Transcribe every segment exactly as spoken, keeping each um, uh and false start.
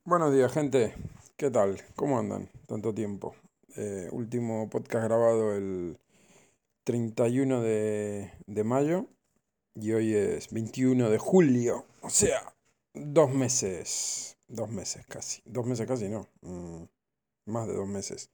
Buenos días, gente. ¿Qué tal? ¿Cómo andan? Tanto tiempo. Eh, último podcast grabado el treinta y uno de, de mayo y hoy es veintiuno de julio. O sea, dos meses. Dos meses casi. Dos meses casi, no. Mm, más de dos meses.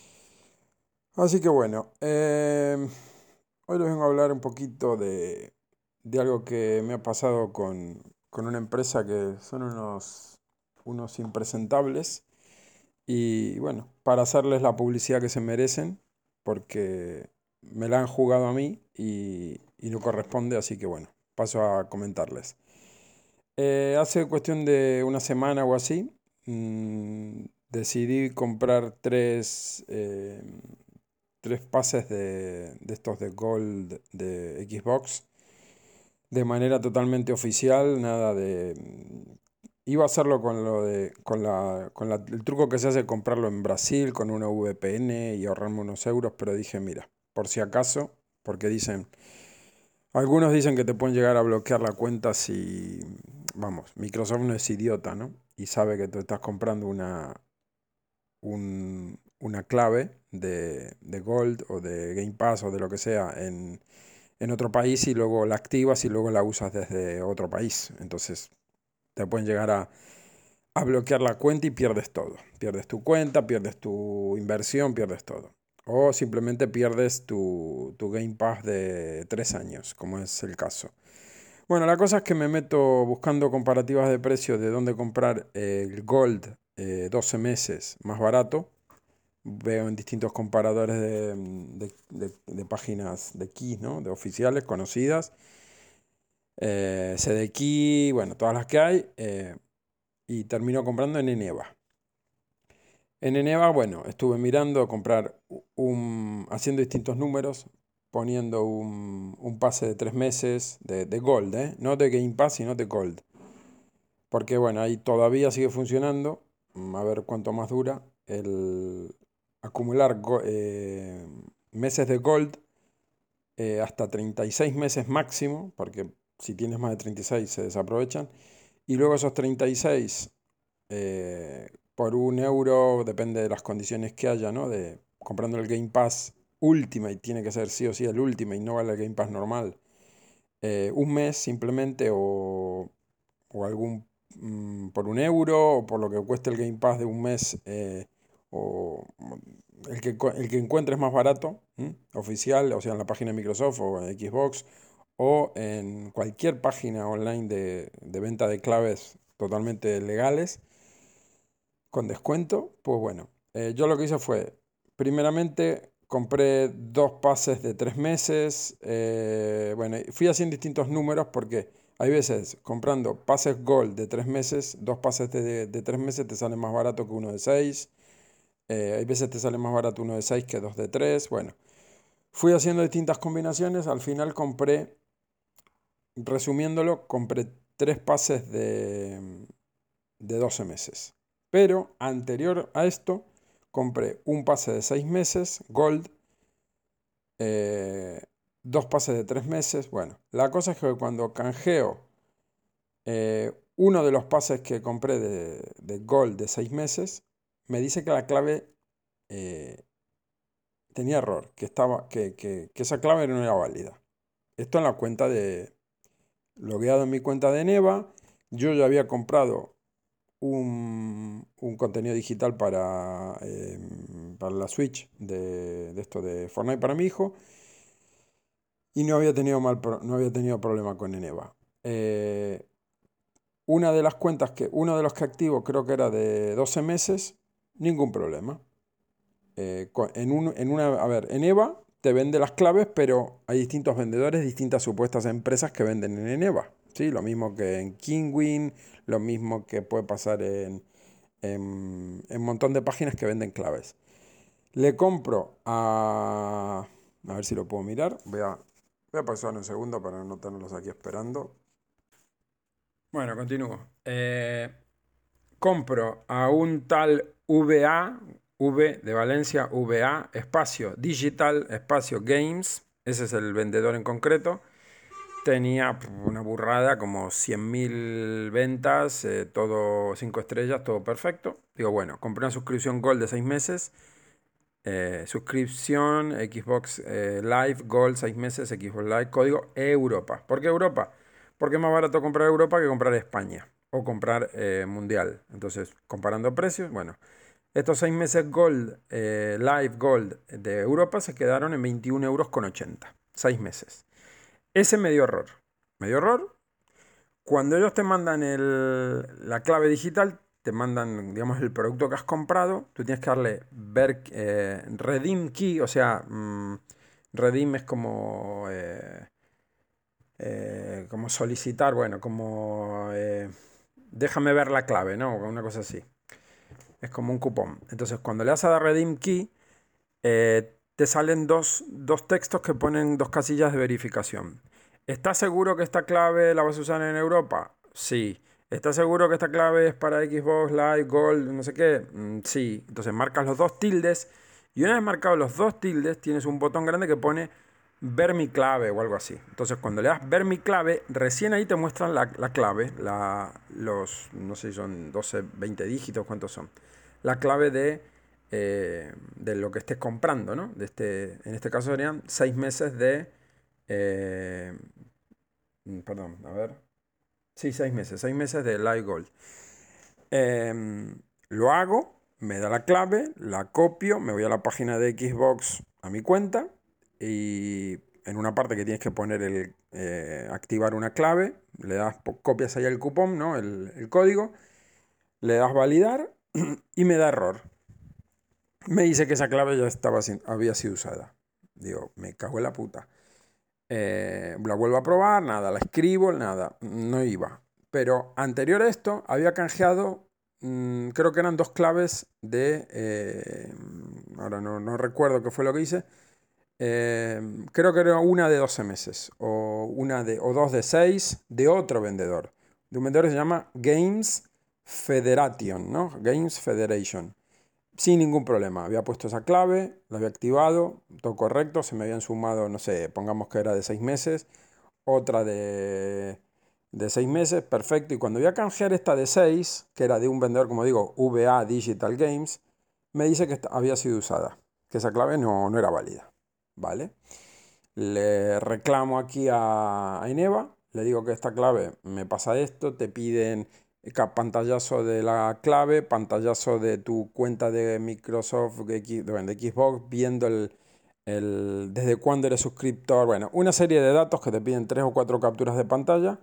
Así que bueno, em, hoy les vengo a hablar un poquito de, de algo que me ha pasado con, con una empresa que son unos, unos impresentables. Y bueno, para hacerles la publicidad que se merecen, porque me la han jugado a mí y, y no corresponde, así que bueno, paso a comentarles. Eh, hace cuestión de una semana o así, mm, decidí comprar tres, eh, tres pases de, de estos de Gold de Xbox de manera totalmente oficial, nada de... Iba a hacerlo con lo de, con la, con la- el truco que se hace comprarlo en Brasil con una V P N y ahorrarme unos euros, pero dije, mira, por si acaso, porque dicen, algunos dicen que te pueden llegar a bloquear la cuenta si, vamos, Microsoft no es idiota, ¿no? Y sabe que tú estás comprando una, un- una clave de, de Gold o de Game Pass o de lo que sea en, en otro país y luego la activas y luego la usas desde otro país. Entonces te pueden llegar a, a bloquear la cuenta y pierdes todo. Pierdes tu cuenta, pierdes tu inversión, pierdes todo. O simplemente pierdes tu, tu Game Pass de tres años, como es el caso. Bueno, la cosa es que me meto buscando comparativas de precios de dónde comprar el Gold eh, doce meses más barato. Veo en distintos comparadores de, de- de- de páginas de keys, ¿no? De oficiales conocidas. Eh, C D Key, bueno, todas las que hay. Eh, y termino comprando en Eneva. En Eneva, bueno, estuve mirando a comprar un, haciendo distintos números, poniendo un, un pase de tres meses de, de Gold, ¿eh? No de Game Pass, sino de Gold. Porque bueno, ahí todavía sigue funcionando. mm, A ver cuánto más dura. El acumular go- eh, meses de Gold eh, hasta treinta y seis meses máximo, porque si tienes más de treinta y seis se desaprovechan. Y luego esos treinta y seis eh, por un euro, depende de las condiciones que haya, ¿no? De comprando el Game Pass Ultimate, tiene que ser sí o sí el Ultimate, no vale el Game Pass normal. Eh, un mes simplemente o, o algún mm, por un euro o por lo que cueste el Game Pass de un mes eh, o el que, co- el que encuentres más barato, ¿m? Oficial, o sea, en la página de Microsoft o en Xbox o en cualquier página online de, de venta de claves totalmente legales con descuento, pues bueno, eh, yo lo que hice fue, primeramente compré dos pases de tres meses, eh, bueno, y fui haciendo distintos números porque hay veces comprando pases Gold de tres meses, dos pases de, de tres meses te salen más barato que uno de seis, eh, hay veces te sale más barato uno de seis que dos de tres, bueno, fui haciendo distintas combinaciones, al final compré, resumiéndolo, compré tres pases de, de doce meses. Pero anterior a esto, compré un pase de seis meses, Gold, eh, dos pases de tres meses. Bueno, la cosa es que cuando canjeo eh, uno de los pases que compré de, de Gold de seis meses, me dice que la clave eh, tenía error, que, estaba, que, que, que esa clave no era válida. Esto en la cuenta de, logueado en mi cuenta de Neva, yo ya había comprado un, un contenido digital para, eh, para la Switch de, de esto de Fortnite para mi hijo y no había tenido, mal, pro- no había tenido problema con Eneva. Eh, una de las cuentas que, uno de los que activo creo que era de doce meses, ningún problema. Eh, co- en, un, en una, a ver, Eneva te vende las claves, pero hay distintos vendedores, distintas supuestas empresas que venden en Eneva. ¿Sí? Lo mismo que en Kingwin, lo mismo que puede pasar en, en, en un montón de páginas que venden claves. Le compro a... A ver si lo puedo mirar. Voy a, voy a pasar un segundo para no tenerlos aquí esperando. Bueno, continúo. Eh, compro a un tal V A, V de Valencia, V A, espacio Digital, espacio Games. Ese es el vendedor en concreto. tenía una burrada, como cien mil ventas, eh, todo cinco estrellas, todo perfecto. Digo, bueno, compré una suscripción Gold de seis meses. Eh, suscripción Xbox eh, Live Gold seis meses, Xbox Live, código Europa. ¿Por qué Europa? Porque es más barato comprar Europa que comprar España o comprar eh, Mundial. Entonces, comparando precios, bueno, estos seis meses Gold, eh, Live Gold de Europa se quedaron en veintiún euros con ochenta. Seis meses. Ese me dio error. Me dio error. Cuando ellos te mandan el- la clave digital, te mandan, digamos, el producto que has comprado, tú tienes que darle ver, eh, redeem key, o sea, mm, redeem es como, eh, eh, como solicitar, bueno, como eh, déjame ver la clave, ¿no? Una cosa así. Es como un cupón. Entonces, cuando le das a dar redeem key, eh, te salen dos, dos textos que ponen dos casillas de verificación. ¿Estás seguro que esta clave la vas a usar en Europa? Sí. ¿Estás seguro que esta clave es para Xbox Live Gold, no sé qué? Mm, sí. Entonces marcas los dos tildes y una vez marcados los dos tildes tienes un botón grande que pone ver mi clave o algo así. Entonces cuando le das ver mi clave, recién ahí te muestran la, la clave, la, los, no sé si son doce, veinte dígitos, ¿cuántos son? La clave de eh, de lo que estés comprando, ¿no? De este, en este caso serían seis meses de... eh, mm, perdón, a ver. Sí, seis meses, seis meses de Live Gold. Em, lo hago, me da la clave, la copio, me voy a la página de Xbox a mi cuenta y en una parte que tienes que poner el eh, activar una clave, le das, copias ahí el cupón, ¿no? El, el código, le das validar y me da error. Me dice que esa clave ya estaba, sin- había sido usada. Digo, me cago en la puta. Eh, la vuelvo a probar, nada, la escribo, nada, no iba. Pero anterior a esto, había canjeado, mm, creo que eran dos claves de, eh, ahora no, no recuerdo qué fue lo que hice. Eh, creo que era una de doce meses, o, una de, o dos de seis de otro vendedor. De un vendedor que se llama Games Federation, ¿no? Games Federation. Sin ningún problema. Había puesto esa clave, la había activado, todo correcto. Se me habían sumado, no sé, pongamos que era de seis meses, otra de, de seis meses, perfecto. Y cuando voy a canjear esta de seis, que era de un vendedor, como digo, V A Digital Games, me dice que esta- había sido usada, que esa clave no, no era válida. ¿Vale? Le reclamo aquí a, a Eneva, le digo que esta clave me pasa esto, te piden ca- pantallazo de la clave, pantallazo de tu cuenta de Microsoft, de, X- de- de Xbox, viendo el, el- desde cuándo eres suscriptor, bueno, una serie de datos que te piden tres o cuatro capturas de pantalla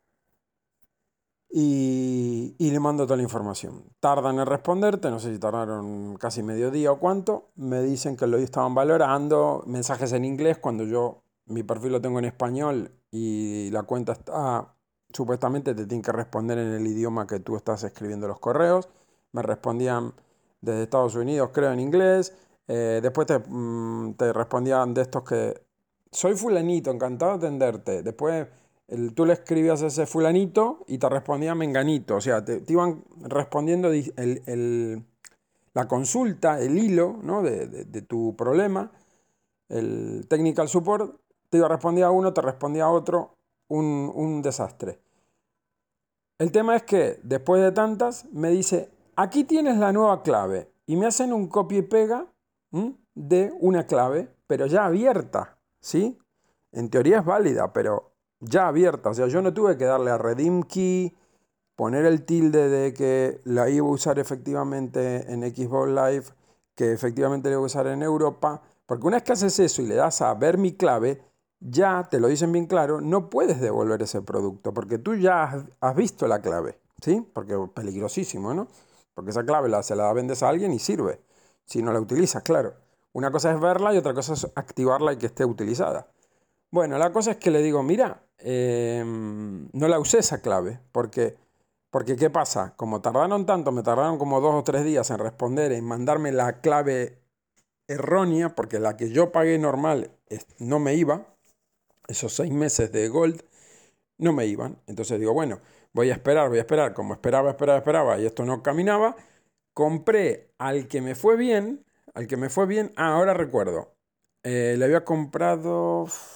y, y le mando toda la información. Tardan en responderte, no sé si tardaron casi medio día o cuánto. Me dicen que lo estaban valorando, mensajes en inglés cuando yo mi perfil lo tengo en español y la cuenta está, supuestamente te tienen que responder en el idioma que tú estás escribiendo los correos. Me respondían desde Estados Unidos, creo, en inglés. Eh, después te, mm, te respondían de estos que soy fulanito, encantado de atenderte. Después el- tú le escribías a ese fulanito y te respondía menganito. O sea, te, te iban respondiendo di- el- el- la consulta, el hilo, ¿no? de, de- de tu problema. El technical support te iba a responder a uno, te respondía a otro. Un, un desastre. El tema es que después de tantas me dice, aquí tienes la nueva clave. Y me hacen un copia y pega, ¿m? De una clave, pero ya abierta, ¿sí? En teoría es válida, pero ya abierta. O sea, yo no tuve que darle a redeem key, poner el tilde de que la iba a usar efectivamente en Xbox Live, que efectivamente la iba a usar en Europa, porque una vez que haces eso y le das a ver mi clave, ya te lo dicen bien claro, no puedes devolver ese producto, porque tú ya has, has visto la clave, ¿sí? Porque es peligrosísimo, ¿no? Porque esa clave la, se la vendes a alguien y sirve, si no la utilizas, claro. Una cosa es verla y otra cosa es activarla y que esté utilizada. Bueno, la cosa es que le digo, mira, eh, no la usé esa clave, porque, porque ¿qué pasa? Como tardaron tanto, me tardaron como dos o tres días en responder, en mandarme la clave errónea, porque la que yo pagué normal es- no me iba, esos seis meses de Gold no me iban. Entonces digo, bueno, voy a esperar, voy a esperar. Como esperaba, esperaba, esperaba y esto no caminaba, compré al que me fue bien, al que me fue bien, ah, ahora recuerdo, eh, le había comprado,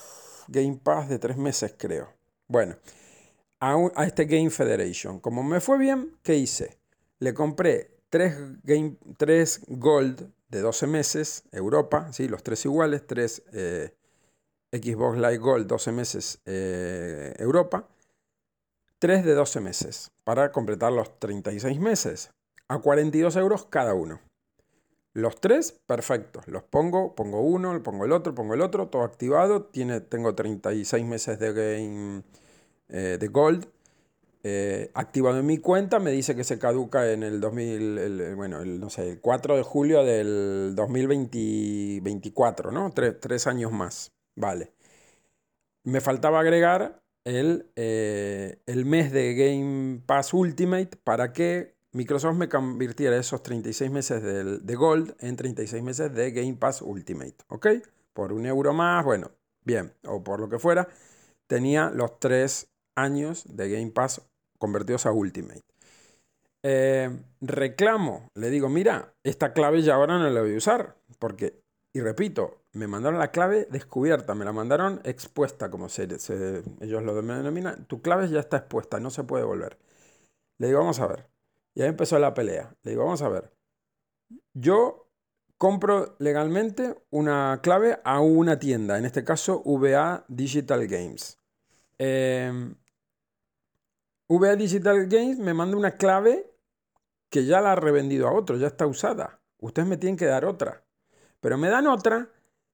Game Pass de tres meses, creo. Bueno, a, un, a este Game Federation. Como me fue bien, ¿qué hice? Le compré tres, game, tres Gold de doce meses, Europa, ¿sí? Los tres iguales, tres eh, Xbox Live Gold doce meses, eh, Europa, tres de doce meses, para completar los treinta y seis meses, a cuarenta y dos euros cada uno. Los tres, perfectos. Los pongo, pongo uno, pongo el otro, pongo el otro, todo activado. Tiene, tengo treinta y seis meses de game eh, de Gold eh, activado en mi cuenta. Me dice que se caduca en el dos mil, el, bueno, el, no sé, el cuatro de julio del dos mil veinticuatro, ¿no? Tres, tres años más. Vale. Me faltaba agregar el, eh, el mes de Game Pass Ultimate para que Microsoft me convirtiera esos treinta y seis meses de, de Gold en treinta y seis meses de Game Pass Ultimate, ¿ok? Por un euro más, bueno, bien, o por lo que fuera, tenía los tres años de Game Pass convertidos a Ultimate. Eh, reclamo, le digo, mira, esta clave ya ahora no la voy a usar, porque, y repito, me mandaron la clave descubierta, me la mandaron expuesta, como se, se, ellos lo denominan, tu clave ya está expuesta, no se puede volver. Le digo, vamos a ver. Y ahí empezó la pelea. Le digo, vamos a ver. Yo compro legalmente una clave a una tienda, en este caso V A Digital Games. Eh, V A Digital Games me manda una clave que ya la ha revendido a otro, ya está usada. Ustedes me tienen que dar otra. Pero me dan otra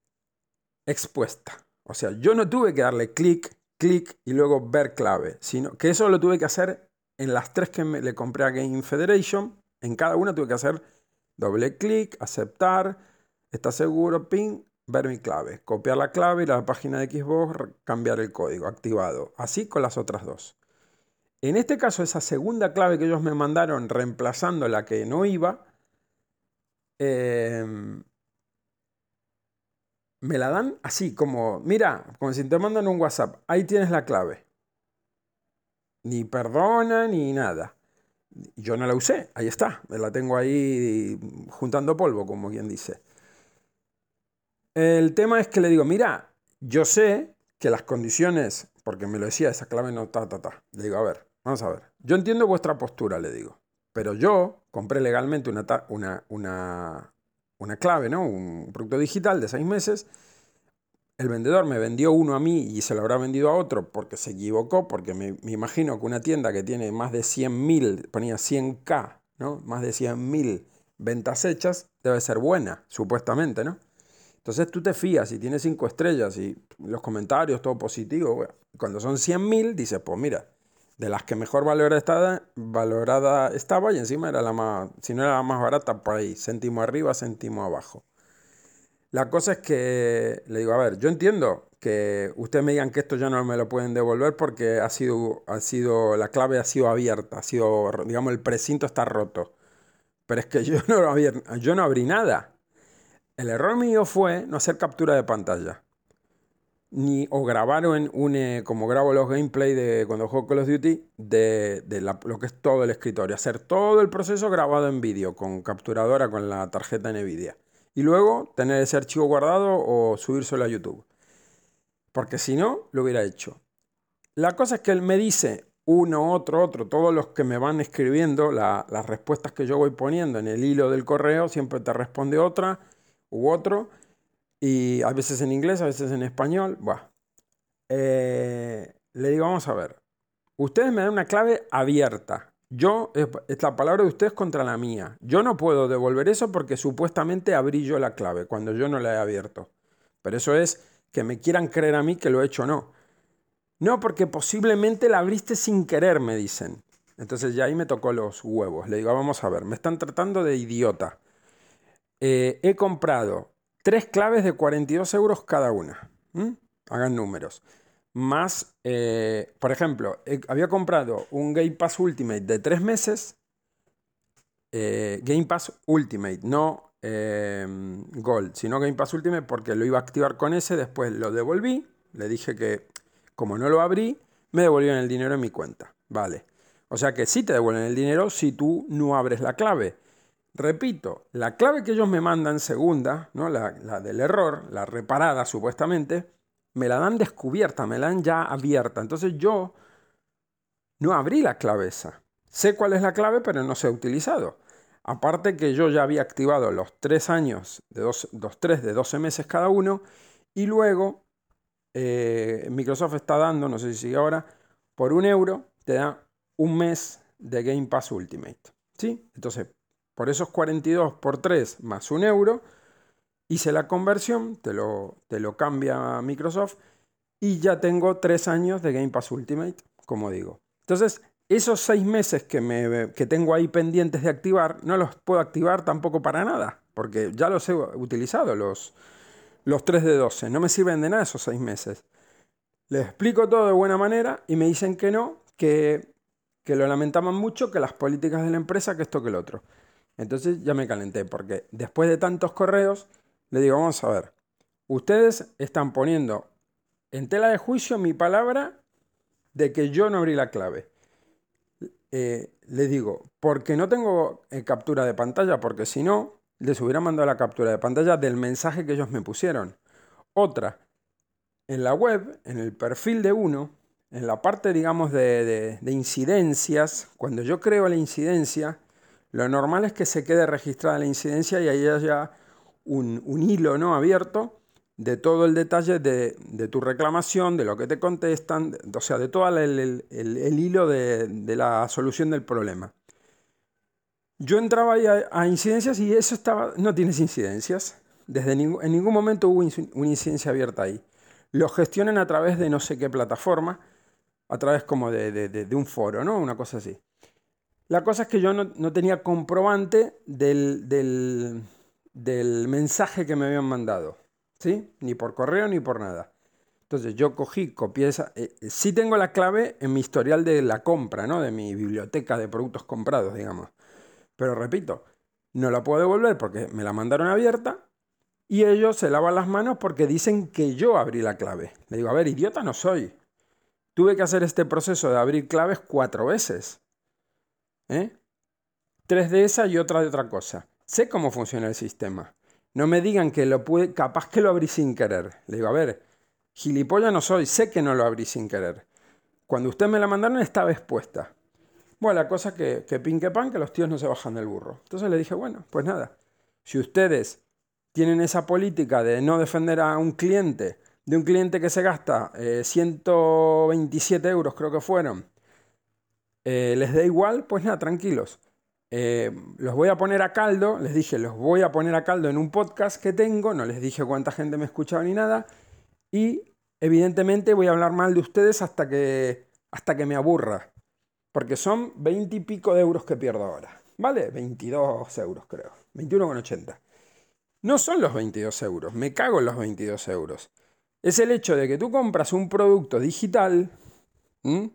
expuesta. O sea, yo no tuve que darle clic, clic y luego ver clave, sino que eso lo tuve que hacer en las tres que me, le compré a Game Federation. En cada una tuve que hacer doble clic, aceptar, está seguro, pin, ver mi clave. Copiar la clave, ir a la página de Xbox, cambiar el código, activado. Así con las otras dos. En este caso, esa segunda clave que ellos me mandaron, reemplazando la que no iba, eh, me la dan así, como, mira, como si te mandan un WhatsApp, ahí tienes la clave. Ni perdona, ni nada. Yo no la usé, ahí está, me la tengo ahí juntando polvo, como quien dice. El tema es que le digo, mira, yo sé que las condiciones, porque me lo decía, esa clave no, ta, ta, ta. Le digo, a ver, vamos a ver. Yo entiendo vuestra postura, le digo, pero yo compré legalmente una, una, una, una clave, ¿no? Un producto digital de seis meses. El vendedor me vendió uno a mí y se lo habrá vendido a otro porque se equivocó, porque me, me imagino que una tienda que tiene más de cien mil, ponía cien K, ¿no? Más de cien mil ventas hechas, debe ser buena, supuestamente, ¿no? Entonces tú te fías y tienes cinco estrellas y los comentarios, todo positivo. Bueno, cuando son cien mil, dices, pues mira, de las que mejor valorada estaba, valorada estaba y encima era la más, si no era la más barata, por ahí, céntimo arriba, céntimo abajo. La cosa es que le digo, a ver, yo entiendo que ustedes me digan que esto ya no me lo pueden devolver porque ha sido, ha sido, la clave ha sido abierta, ha sido, digamos, el precinto está roto. Pero es que yo no, abrí, yo no abrí nada. El error mío fue no hacer captura de pantalla. Ni, o grabar en un, eh, como grabo los gameplay de cuando juego Call of Duty, de, de la, lo que es todo el escritorio. Hacer todo el proceso grabado en vídeo, con capturadora, con la tarjeta NVIDIA. Y luego tener ese archivo guardado o subírselo a YouTube. Porque si no, lo hubiera hecho. La cosa es que él me dice, uno, otro, otro, todos los que me van escribiendo, la, las respuestas que yo voy poniendo en el hilo del correo, siempre te responde otra u otro. Y a veces en inglés, a veces en español. Buah. Eh, le digo, vamos a ver. Ustedes me dan una clave abierta. Yo, es, es la palabra de ustedes contra la mía. Yo no puedo devolver eso porque supuestamente abrí yo la clave cuando yo no la he abierto. Pero eso es que me quieran creer a mí que lo he hecho o no. No, porque posiblemente la abriste sin querer, me dicen. Entonces ya ahí me tocó los huevos. Le digo, vamos a ver, me están tratando de idiota. Eh, he comprado tres claves de cuarenta y dos euros cada una. ¿Mm? Hagan números. Más, eh, por ejemplo, eh, había comprado un Game Pass Ultimate de tres meses. Eh, Game Pass Ultimate, no eh, Gold, sino Game Pass Ultimate porque lo iba a activar con ese. Después lo devolví. Le dije que como no lo abrí, me devolvieron el dinero en mi cuenta. Vale. O sea que sí te devuelven el dinero si tú no abres la clave. Repito, la clave que ellos me mandan segunda, ¿no? la, la del error, la reparada supuestamente, me la dan descubierta, me la dan ya abierta. Entonces yo no abrí la clave esa. Sé cuál es la clave, pero no se ha utilizado. Aparte que yo ya había activado los tres años, de dos, dos tres de doce meses cada uno, y luego eh, Microsoft está dando, no sé si sigue ahora, por un euro te da un mes de Game Pass Ultimate. ¿Sí? Entonces, por esos cuarenta y dos por tres más un euro, hice la conversión, te lo, te lo cambia Microsoft, y ya tengo tres años de Game Pass Ultimate, como digo. Entonces, esos seis meses que, me, que tengo ahí pendientes de activar, no los puedo activar tampoco para nada, porque ya los he utilizado, los, los tres de doce. No me sirven de nada esos seis meses. Les explico todo de buena manera y me dicen que no, que, que lo lamentaban mucho, que las políticas de la empresa, que esto, que el otro. Entonces ya me calenté, porque después de tantos correos, le digo, vamos a ver, ustedes están poniendo en tela de juicio mi palabra de que yo no abrí la clave. Eh, les digo, porque no tengo eh, captura de pantalla, porque si no, les hubiera mandado la captura de pantalla del mensaje que ellos me pusieron. Otra, en la web, en el perfil de uno, en la parte, digamos, de, de, de incidencias, cuando yo creo la incidencia, lo normal es que se quede registrada la incidencia y ahí haya un, un hilo, ¿no?, abierto de todo el detalle de, de tu reclamación, de lo que te contestan, de, o sea, de todo el, el, el, el hilo de, de la solución del problema. Yo entraba ahí a, a incidencias y eso estaba, no tienes incidencias. Desde ningún, en ningún momento hubo una incidencia abierta ahí. Lo gestionan a través de no sé qué plataforma, a través como de, de, de, de un foro, ¿no? Una cosa así. La cosa es que yo no, no tenía comprobante del, del, del mensaje que me habían mandado, ¿sí? Ni por correo ni por nada. Entonces yo cogí, copié esa... Eh, sí tengo la clave en mi historial de la compra, ¿no? De mi biblioteca de productos comprados, digamos. Pero repito, no la puedo devolver porque me la mandaron abierta y ellos se lavan las manos porque dicen que yo abrí la clave. Le digo, a ver, idiota no soy. Tuve que hacer este proceso de abrir claves cuatro veces. ¿Eh? Tres de esa y otra de otra cosa. Sé cómo funciona el sistema. No me digan que lo pude, capaz que lo abrí sin querer. Le digo, a ver, gilipollas no soy, sé que no lo abrí sin querer. Cuando ustedes me la mandaron estaba expuesta. Bueno, la cosa que, que pin que pan, que los tíos no se bajan del burro. Entonces le dije, bueno, pues nada. Si ustedes tienen esa política de no defender a un cliente, de un cliente que se gasta eh, ciento veintisiete euros, creo que fueron, eh, les da igual, pues nada, tranquilos. Eh, los voy a poner a caldo, les dije, los voy a poner a caldo en un podcast que tengo, no les dije cuánta gente me escuchaba ni nada, y evidentemente voy a hablar mal de ustedes hasta que, hasta que me aburra, porque son veinte y pico de euros que pierdo ahora, ¿vale? veintidós euros creo, veintiuno con ochenta. No son los veintidós euros, me cago en los veintidós euros. Es el hecho de que tú compras un producto digital, ¿m?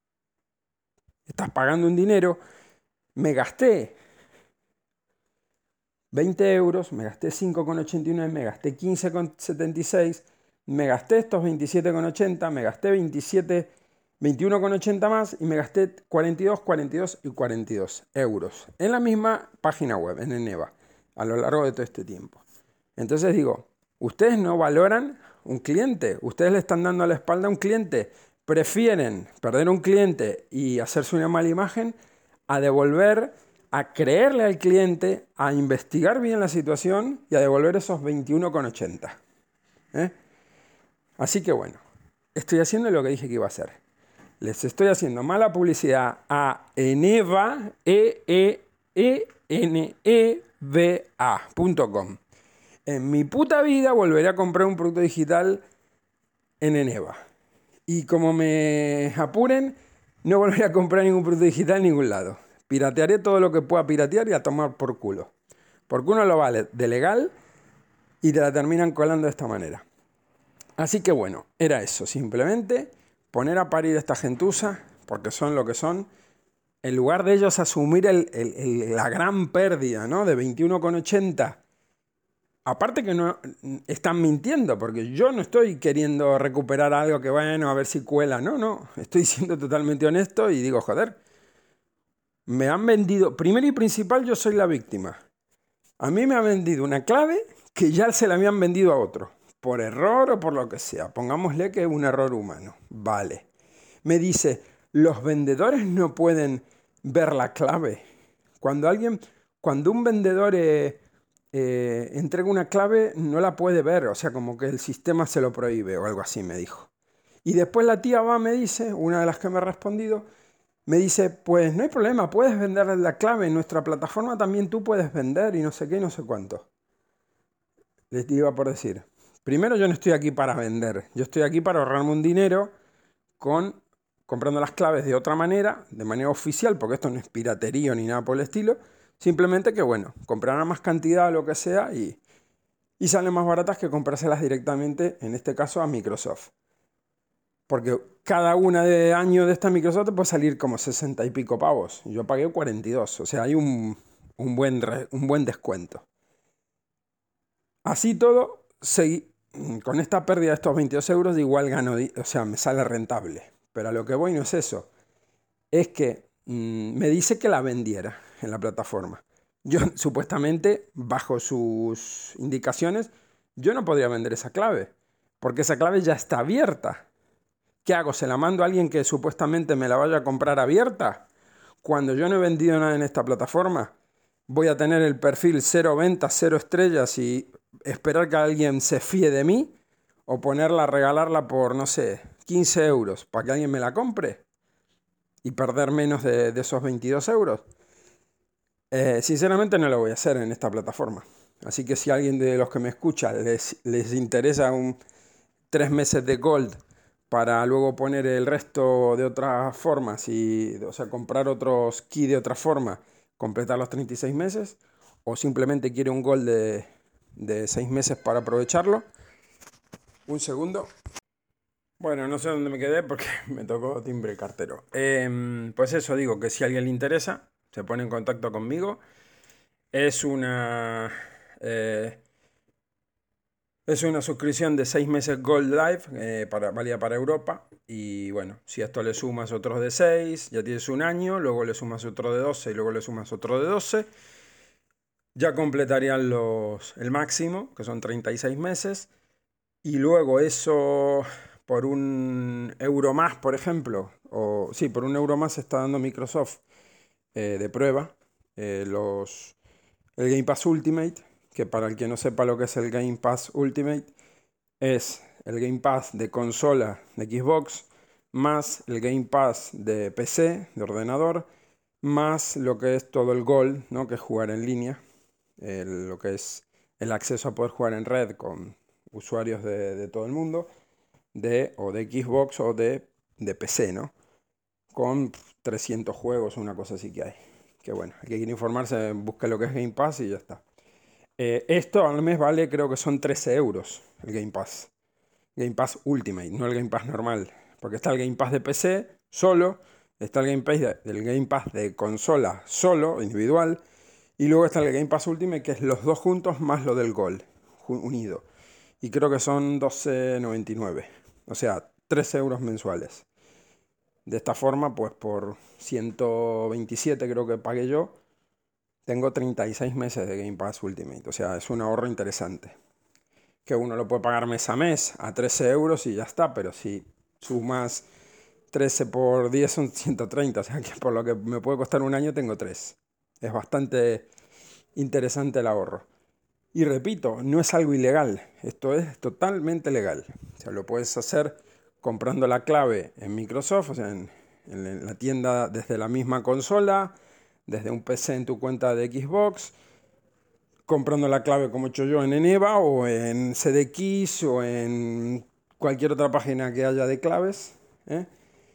Estás pagando un dinero, me gasté veinte euros, me gasté cinco con ochenta y nueve, me gasté quince con setenta y seis, me gasté estos veintisiete con ochenta, me gasté veintisiete, veintiuno con ochenta más y me gasté cuarenta y dos, cuarenta y dos y cuarenta y dos euros en la misma página web, en Eneva, a lo largo de todo este tiempo. Entonces digo, ustedes no valoran un cliente, ustedes le están dando a la espalda a un cliente, prefieren perder un cliente y hacerse una mala imagen a devolver, a creerle al cliente, a investigar bien la situación y a devolver esos veintiuno con ochenta. ¿Eh? Así que bueno, estoy haciendo lo que dije que iba a hacer. Les estoy haciendo mala publicidad a Eneva, E E E N E V A punto com. En mi puta vida volveré a comprar un producto digital en Eneva. Y como me apuren, no volveré a comprar ningún producto digital en ningún lado. Piratearé todo lo que pueda piratear y a tomar por culo. Porque uno lo vale de legal y te la terminan colando de esta manera. Así que bueno, era eso. Simplemente poner a parir a esta gentuza, porque son lo que son, en lugar de ellos asumir el, el, el, la gran pérdida, ¿no?, de veintiuno con ochenta. Aparte que no están mintiendo, porque yo no estoy queriendo recuperar algo que, bueno, a ver si cuela. No, no, estoy siendo totalmente honesto y digo, joder, me han vendido, primero y principal, yo soy la víctima. A mí me han vendido una clave que ya se la habían vendido a otro. por error o por lo que sea. Pongámosle que es un error humano. Vale. Me dice, los vendedores no pueden ver la clave. Cuando alguien, cuando un vendedor eh, eh, entrega una clave, no la puede ver. O sea, como que el sistema se lo prohíbe o algo así, me dijo. Y después la tía va, me dice, una de las que me ha respondido, me dice, pues no hay problema, puedes vender la clave. En nuestra plataforma también tú puedes vender y no sé qué y no sé cuánto. Les iba por decir, primero yo no estoy aquí para vender. Yo estoy aquí para ahorrarme un dinero con comprando las claves de otra manera, de manera oficial, porque esto no es piratería ni nada por el estilo. Simplemente que, bueno, comprarán más cantidad o lo que sea y, y salen más baratas que comprárselas directamente, en este caso, a Microsoft. Porque cada una de año de esta Microsoft te puede salir como sesenta y pico pavos. Yo pagué cuarenta y dos, o sea, hay un, un, buen, re, un buen descuento. Así todo, seguí, con esta pérdida de estos veintidós euros, igual gano, o sea, me sale rentable. Pero a lo que voy no es eso. Es que mmm, me dice que la vendiera en la plataforma. Yo, supuestamente, bajo sus indicaciones, yo no podría vender esa clave. Porque esa clave ya está abierta. ¿Qué hago? ¿Se la mando a alguien que supuestamente me la vaya a comprar abierta? Cuando yo no he vendido nada en esta plataforma, voy a tener el perfil cero ventas, cero estrellas y esperar que alguien se fíe de mí o ponerla, regalarla por, no sé, quince euros para que alguien me la compre y perder menos de, de esos veintidós euros. Eh, sinceramente no lo voy a hacer en esta plataforma. Así que si a alguien de los que me escucha les, les interesa un tres meses de Gold para luego poner el resto de otras formas y, o sea, comprar otros key de otra forma, completar los treinta y seis meses, o simplemente quiere un Gold de, de seis meses para aprovecharlo. Un segundo. Bueno, no sé dónde me quedé porque me tocó timbre cartero. Eh, pues eso, digo que si a alguien le interesa, se pone en contacto conmigo. Es una... Eh, Es una suscripción de seis meses Gold Live, eh, para, válida para Europa. Y bueno, si a esto le sumas otros de seis, ya tienes un año, luego le sumas otro de doce y luego le sumas otro de doce. Ya completarían los, el máximo, que son treinta y seis meses. Y luego eso por un euro más, por ejemplo, o sí, por un euro más está dando Microsoft eh, de prueba eh, los, el Game Pass Ultimate, que para el que no sepa lo que es el Game Pass Ultimate, es el Game Pass de consola de Xbox, más el Game Pass de P C, de ordenador, más lo que es todo el Gold, ¿no? Que es jugar en línea, el, lo que es el acceso a poder jugar en red con usuarios de, de todo el mundo, de, o de Xbox o de, de P C, ¿no? Con trescientos juegos o una cosa así que hay. Que bueno, el que quiere informarse, busque lo que es Game Pass y ya está. Eh, esto al mes vale, creo que son trece euros el Game Pass. Game Pass Ultimate, no el Game Pass normal. Porque está el Game Pass de P C solo, está el Game Pass de, el Game Pass de consola solo, individual, y luego está el Game Pass Ultimate, que es los dos juntos más lo del Gold, unido. Y creo que son doce noventa y nueve, o sea, trece euros mensuales. De esta forma, pues por ciento veintisiete creo que pagué yo, tengo treinta y seis meses de Game Pass Ultimate. O sea, es un ahorro interesante. Que uno lo puede pagar mes a mes a trece euros y ya está, pero si sumas trece por diez son ciento treinta, o sea que por lo que me puede costar un año tengo tres. Es bastante interesante el ahorro. Y repito, no es algo ilegal, esto es totalmente legal. O sea, lo puedes hacer comprando la clave en Microsoft, o sea, en, en la tienda desde la misma consola, desde un P C en tu cuenta de Xbox, comprando la clave como he hecho yo en Eneva o en C D X o en cualquier otra página que haya de claves, ¿eh?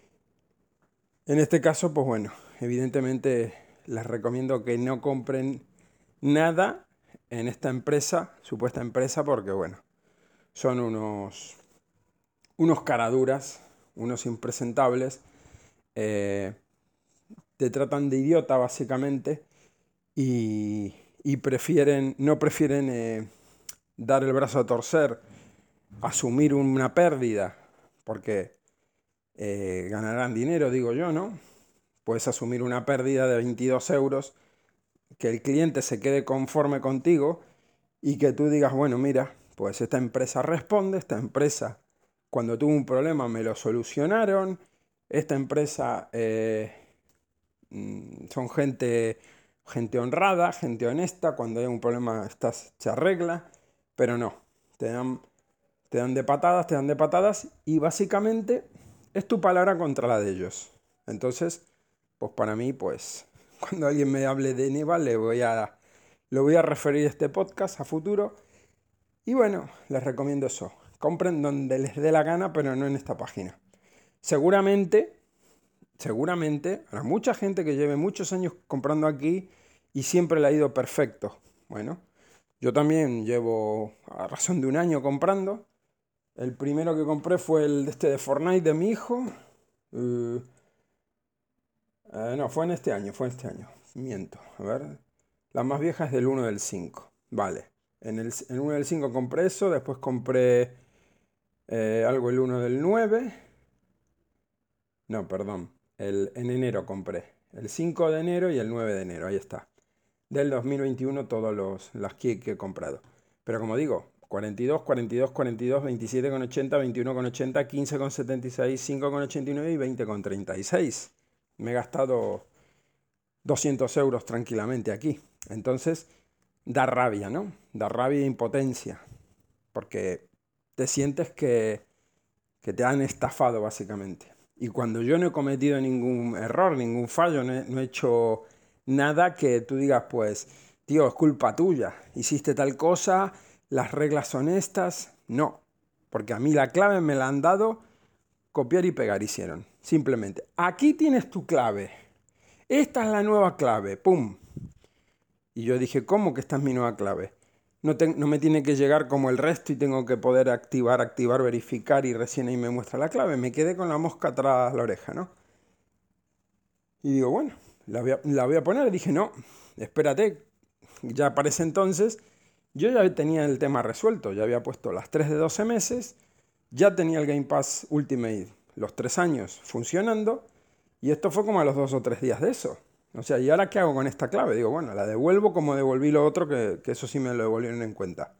En este caso, pues bueno, evidentemente les recomiendo que no compren nada en esta empresa, supuesta empresa, porque bueno, son unos, unos caraduras, unos impresentables, eh, te tratan de idiota básicamente y, y prefieren, no prefieren eh, dar el brazo a torcer, asumir una pérdida, porque eh, ganarán dinero, digo yo, ¿no? Puedes asumir una pérdida de veintidós euros, que el cliente se quede conforme contigo y que tú digas, bueno, mira, pues esta empresa responde, esta empresa cuando tuvo un problema me lo solucionaron, esta empresa eh, son gente, gente honrada, gente honesta, cuando hay un problema estás, se arregla, pero no, te dan, te dan de patadas, te dan de patadas y básicamente es tu palabra contra la de ellos. Entonces, pues para mí, pues cuando alguien me hable de Nival, le voy a, lo voy a referir a este podcast a futuro. Y bueno, les recomiendo eso. Compren donde les dé la gana, pero no en esta página. Seguramente, seguramente, habrá mucha gente que lleve muchos años comprando aquí y siempre le ha ido perfecto. Bueno, yo también llevo a razón de un año comprando. El primero que compré fue el de este de Fortnite de mi hijo. Uh, uh, no, fue en este año, fue en este año. Miento, a ver. La más vieja es del uno del cinco. Vale. En el, en uno del cinco compré eso, después compré eh, algo el uno del nueve. No, perdón. El, en enero compré. El cinco de enero y el nueve de enero, ahí está. Del dos mil veintiuno todos los las que, que he comprado. Pero como digo, cuarenta y dos, cuarenta y dos, cuarenta y dos, veintisiete con ochenta, veintiuno con ochenta, quince con setenta y seis, cinco con ochenta y nueve y veinte con treinta y seis. Me he gastado doscientos euros tranquilamente aquí. Entonces, da rabia, ¿no? Da rabia e impotencia. Porque te sientes que, que te han estafado básicamente. Y cuando yo no he cometido ningún error, ningún fallo, no he, no he hecho nada que tú digas, pues, tío, es culpa tuya, hiciste tal cosa, las reglas son estas. No, porque a mí la clave me la han dado, copiar y pegar hicieron. Simplemente, aquí tienes tu clave, esta es la nueva clave, ¡pum! Y yo dije, ¿cómo que esta es mi nueva clave? No, te, no me tiene que llegar como el resto y tengo que poder activar, activar, verificar y recién ahí me muestra la clave. Me quedé con la mosca atrás la oreja, ¿no? Y digo, bueno, la voy a, la voy a poner. Dije, no, espérate, ya para ese entonces yo ya tenía el tema resuelto. Ya había puesto las tres de doce meses, ya tenía el Game Pass Ultimate los tres años funcionando y esto fue como a los dos o tres días de eso. O sea, ¿y ahora qué hago con esta clave? Digo, bueno, la devuelvo como devolví lo otro, que, que eso sí me lo devolvieron en cuenta.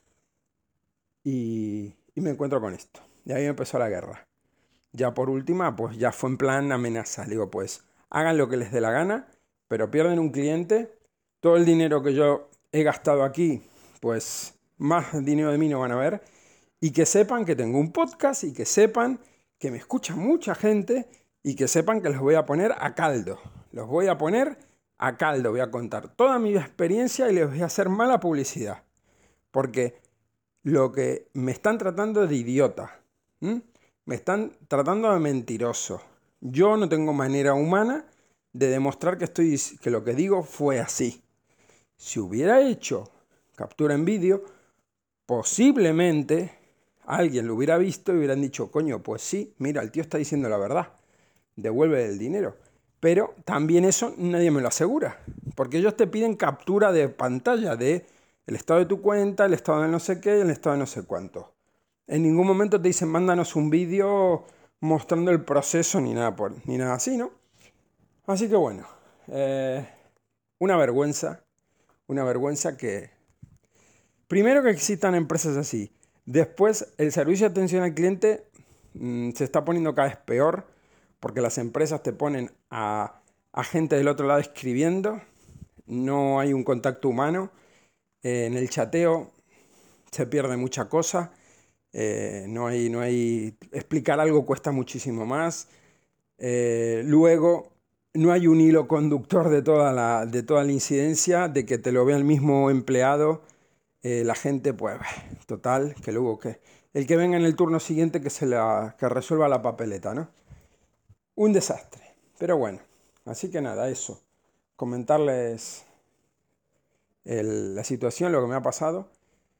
Y, y me encuentro con esto. Y ahí empezó la guerra. Ya por última, pues ya fue en plan amenaza. Digo, pues hagan lo que les dé la gana, pero pierden un cliente. Todo el dinero que yo he gastado aquí, pues más dinero de mí no van a ver. Y que sepan que tengo un podcast y que sepan que me escucha mucha gente y que sepan que los voy a poner a caldo. Los voy a poner a caldo. Voy a contar toda mi experiencia y les voy a hacer mala publicidad. Porque lo que me están tratando es de idiota. ¿Mm? Me están tratando de mentiroso. Yo no tengo manera humana de demostrar que, estoy, que lo que digo fue así. Si hubiera hecho captura en vídeo, posiblemente alguien lo hubiera visto y hubieran dicho, coño, pues sí, mira, el tío está diciendo la verdad, devuelve el dinero. Pero también eso nadie me lo asegura, porque ellos te piden captura de pantalla de el estado de tu cuenta, el estado de no sé qué y el estado de no sé cuánto. En ningún momento te dicen, mándanos un vídeo mostrando el proceso ni nada, por, ni nada así, ¿no? Así que bueno, eh, una vergüenza, una vergüenza que... Primero que existan empresas así. Después, el servicio de atención al cliente mmm, se está poniendo cada vez peor porque las empresas te ponen a, a gente del otro lado escribiendo, no hay un contacto humano, eh, en el chateo se pierde mucha cosa, eh, no hay, no hay, explicar algo cuesta muchísimo más, eh, luego no hay un hilo conductor de toda la, de toda la incidencia, de que te lo vea el mismo empleado. Eh, la gente, pues, total, que luego que el que venga en el turno siguiente que se la que resuelva la papeleta, ¿no? Un desastre. Pero bueno, así que nada, eso. Comentarles el, la situación, lo que me ha pasado.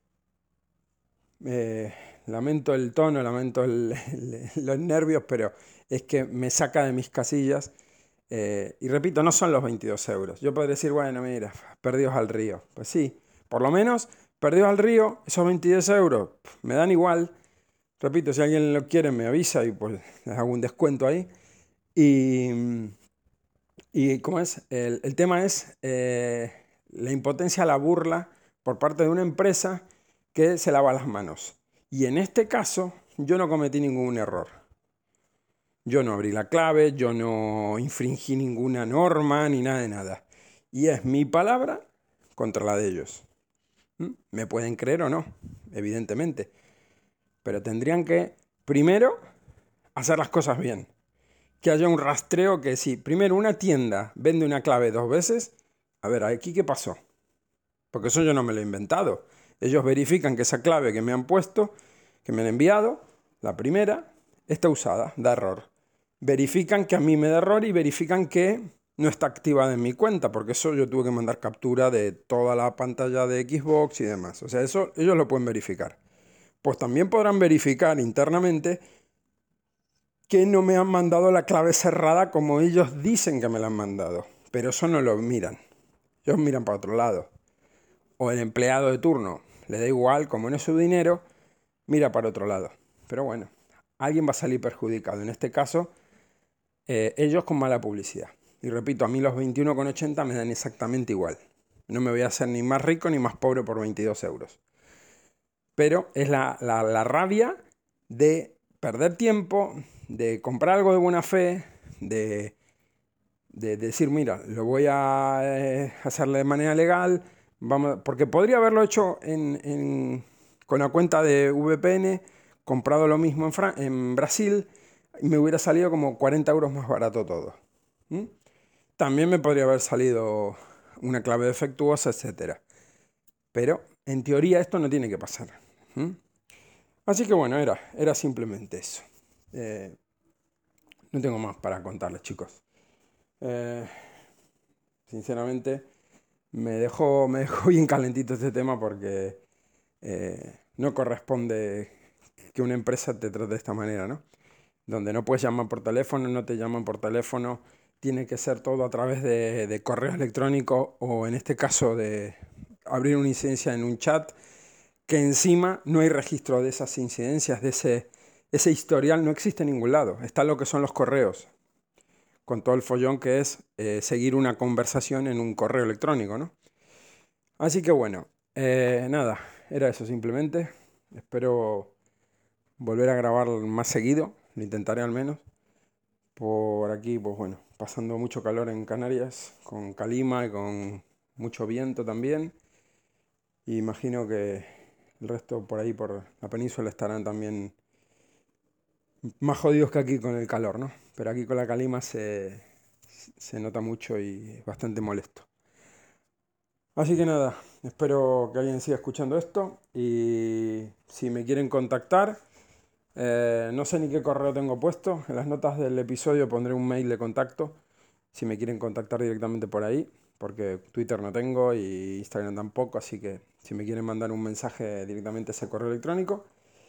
Eh, lamento el tono, lamento el, el, los nervios, pero es que me saca de mis casillas. Eh, y repito, no son los veintidós euros. Yo podría decir, bueno, mira, perdidos al río. Pues sí, por lo menos perdidos al río, esos veintidós euros me dan igual. Repito, si alguien lo quiere me avisa y pues les hago un descuento ahí. Y, y ¿cómo es? El, el tema es eh, la impotencia, la burla por parte de una empresa que se lava las manos. Y en este caso yo no cometí ningún error. Yo no abrí la clave, yo no infringí ninguna norma ni nada de nada. Y es mi palabra contra la de ellos. ¿Mm? Me pueden creer o no, evidentemente. Pero tendrían que, primero, hacer las cosas bien. Que haya un rastreo que si primero una tienda vende una clave dos veces, a ver, ¿aquí qué pasó? Porque eso yo no me lo he inventado. Ellos verifican que esa clave que me han puesto, que me han enviado, la primera, está usada, da error. Verifican que a mí me da error y verifican que no está activada en mi cuenta, porque eso yo tuve que mandar captura de toda la pantalla de Xbox y demás. O sea, eso ellos lo pueden verificar. Pues también podrán verificar internamente que no me han mandado la clave cerrada como ellos dicen que me la han mandado. Pero eso no lo miran. Ellos miran para otro lado. O el empleado de turno, le da igual, como no es su dinero, mira para otro lado. Pero bueno, alguien va a salir perjudicado. En este caso, eh, ellos con mala publicidad. Y repito, a mí los veintiuno con ochenta me dan exactamente igual. No me voy a hacer ni más rico ni más pobre por veintidós euros. Pero es la, la, la rabia de perder tiempo, de comprar algo de buena fe, de, de, de decir, mira, lo voy a eh, hacer de manera legal, vamos, porque podría haberlo hecho en, en, con la cuenta de V P N, comprado lo mismo en, Fran en Brasil, y me hubiera salido como cuarenta euros más barato todo. ¿Mm? También me podría haber salido una clave defectuosa, etcétera. Pero en teoría esto no tiene que pasar. ¿Mm? Así que bueno, era, era simplemente eso. Eh, no tengo más para contarles, chicos. Eh, sinceramente, me dejó, me dejó bien calentito este tema porque eh, no corresponde que una empresa te trate de esta manera, ¿no? Donde no puedes llamar por teléfono, no te llaman por teléfono, tiene que ser todo a través de, de correo electrónico o en este caso de abrir una incidencia en un chat, que encima no hay registro de esas incidencias, de ese, ese historial, no existe en ningún lado. Está lo que son los correos, con todo el follón que es eh, seguir una conversación en un correo electrónico, ¿no? Así que bueno, eh, nada, era eso simplemente. Espero volver a grabar más seguido, lo intentaré al menos. Por aquí, pues bueno, pasando mucho calor en Canarias, con calima y con mucho viento también. Y imagino que el resto por ahí, por la península, estarán también más jodidos que aquí con el calor, ¿no? Pero aquí con la calima se, se nota mucho y es bastante molesto. Así que nada, espero que alguien siga escuchando esto y si me quieren contactar, eh, no sé ni qué correo tengo puesto, en las notas del episodio pondré un mail de contacto si me quieren contactar directamente por ahí, porque Twitter no tengo y Instagram tampoco, así que si me quieren mandar un mensaje directamente a ese correo electrónico.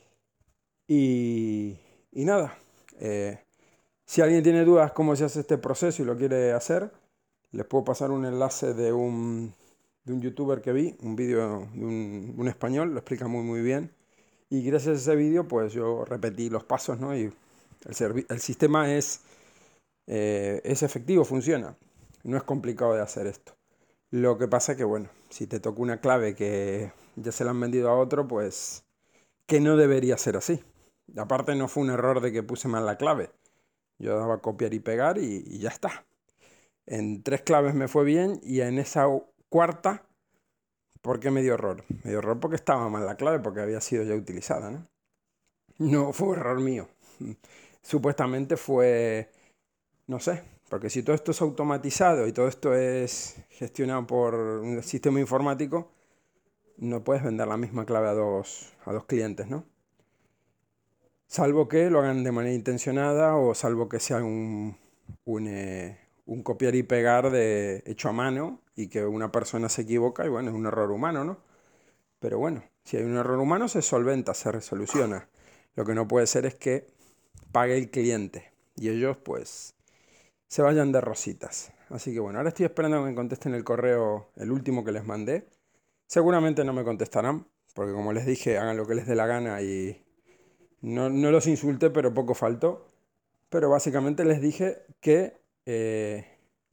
Y, y nada, eh, si alguien tiene dudas cómo se hace este proceso y lo quiere hacer, les puedo pasar un enlace de un, de un youtuber que vi, un vídeo de un, un español, lo explica muy muy bien. Y gracias a ese vídeo pues yo repetí los pasos, ¿no? Y el, el sistema es, eh, es efectivo, funciona. No es complicado de hacer esto. Lo que pasa es que, bueno, si te toca una clave que ya se la han vendido a otro, pues que no debería ser así. Aparte no fue un error de que puse mal la clave. Yo daba copiar y pegar y, y ya está. En tres claves me fue bien y en esa cuarta, ¿por qué me dio error? Me dio error porque estaba mal la clave, porque había sido ya utilizada, ¿no? No fue error mío. Supuestamente fue, no sé, porque si todo esto es automatizado y todo esto es gestionado por un sistema informático, no puedes vender la misma clave a dos, a dos clientes, ¿no? Salvo que lo hagan de manera intencionada o salvo que sea un, un, eh, un copiar y pegar de, hecho a mano y que una persona se equivoca y bueno, es un error humano, ¿no? Pero bueno, si hay un error humano se solventa, se resoluciona. Lo que no puede ser es que pague el cliente y ellos pues se vayan de rositas. Así que bueno, ahora estoy esperando que me contesten el correo, el último que les mandé. Seguramente no me contestarán, porque como les dije, hagan lo que les dé la gana y no, no los insulté, pero poco faltó. Pero básicamente les dije que, eh,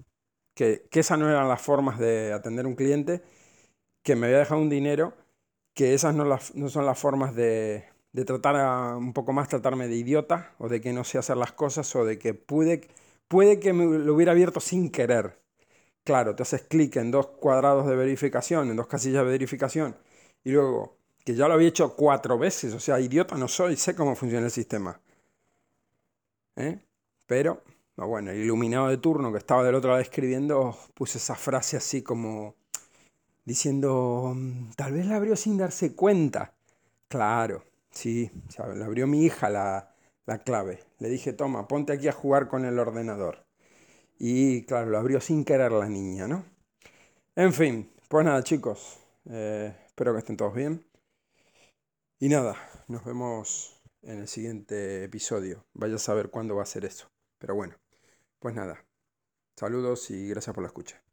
que, que esas no eran las formas de atender a un cliente, que me había dejado un dinero que esas no, las, no son las formas de, de tratar a, un poco más tratarme de idiota o de que no sé hacer las cosas o de que pude, puede que me lo hubiera abierto sin querer. Claro, te haces clic en dos cuadrados de verificación, en dos casillas de verificación y luego que ya lo había hecho cuatro veces, o sea, idiota no soy, sé cómo funciona el sistema. ¿Eh? Pero, no, bueno, el iluminado de turno que estaba del otro lado escribiendo, puse esa frase así como diciendo, "Mm, tal vez la abrió sin darse cuenta". Claro, sí, o sea, la abrió mi hija la, la clave. Le dije, toma, ponte aquí a jugar con el ordenador. Y claro, lo abrió sin querer la niña, ¿no? En fin, pues nada, chicos, eh, espero que estén todos bien. Y nada, nos vemos en el siguiente episodio. Vaya a saber cuándo va a ser eso. Pero bueno, pues nada, saludos y gracias por la escucha.